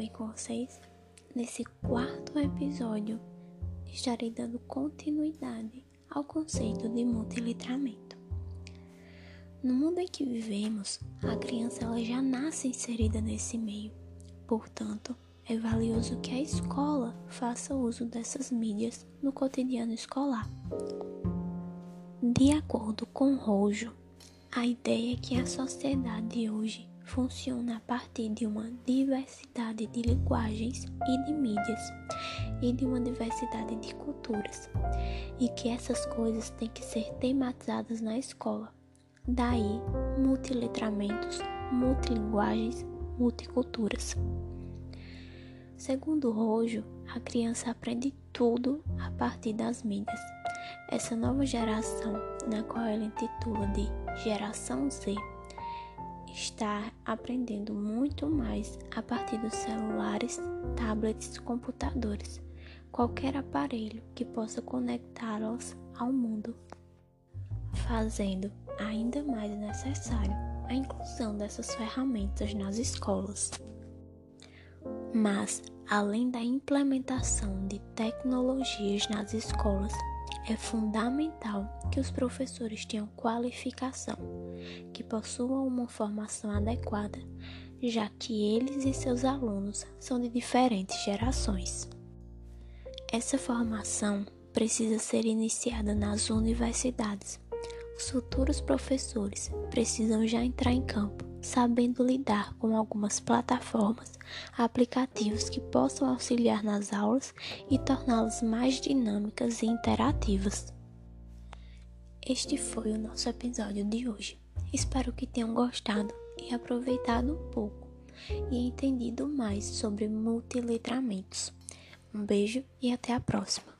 bem com vocês? Nesse quarto episódio, estarei dando continuidade ao conceito de multiletramento. No mundo em que vivemos, a criança ela já nasce inserida nesse meio. Portanto, é valioso que a escola faça uso dessas mídias no cotidiano escolar. De acordo com Rojo, a ideia é que a sociedade hoje funciona a partir de uma diversidade de linguagens e de mídias e de uma diversidade de culturas, e que essas coisas têm que ser tematizadas na escola. Daí, multiletramentos, multilinguagens, multiculturas. Segundo Rojo, a criança aprende tudo a partir das mídias. Essa nova geração, na qual ele intitula de Geração Z, está aprendendo muito mais a partir dos celulares, tablets, computadores, qualquer aparelho que possa conectá-los ao mundo, fazendo ainda mais necessário a inclusão dessas ferramentas nas escolas. Mas, além da implementação de tecnologias nas escolas, é fundamental que os professores tenham qualificação, que possuam uma formação adequada, já que eles e seus alunos são de diferentes gerações. Essa formação precisa ser iniciada nas universidades. Os futuros professores precisam já entrar em campo, sabendo lidar com algumas plataformas, aplicativos que possam auxiliar nas aulas e torná-las mais dinâmicas e interativas. Este foi o nosso episódio de hoje. Espero que tenham gostado e aproveitado um pouco e entendido mais sobre multiletramentos. Um beijo e até a próxima.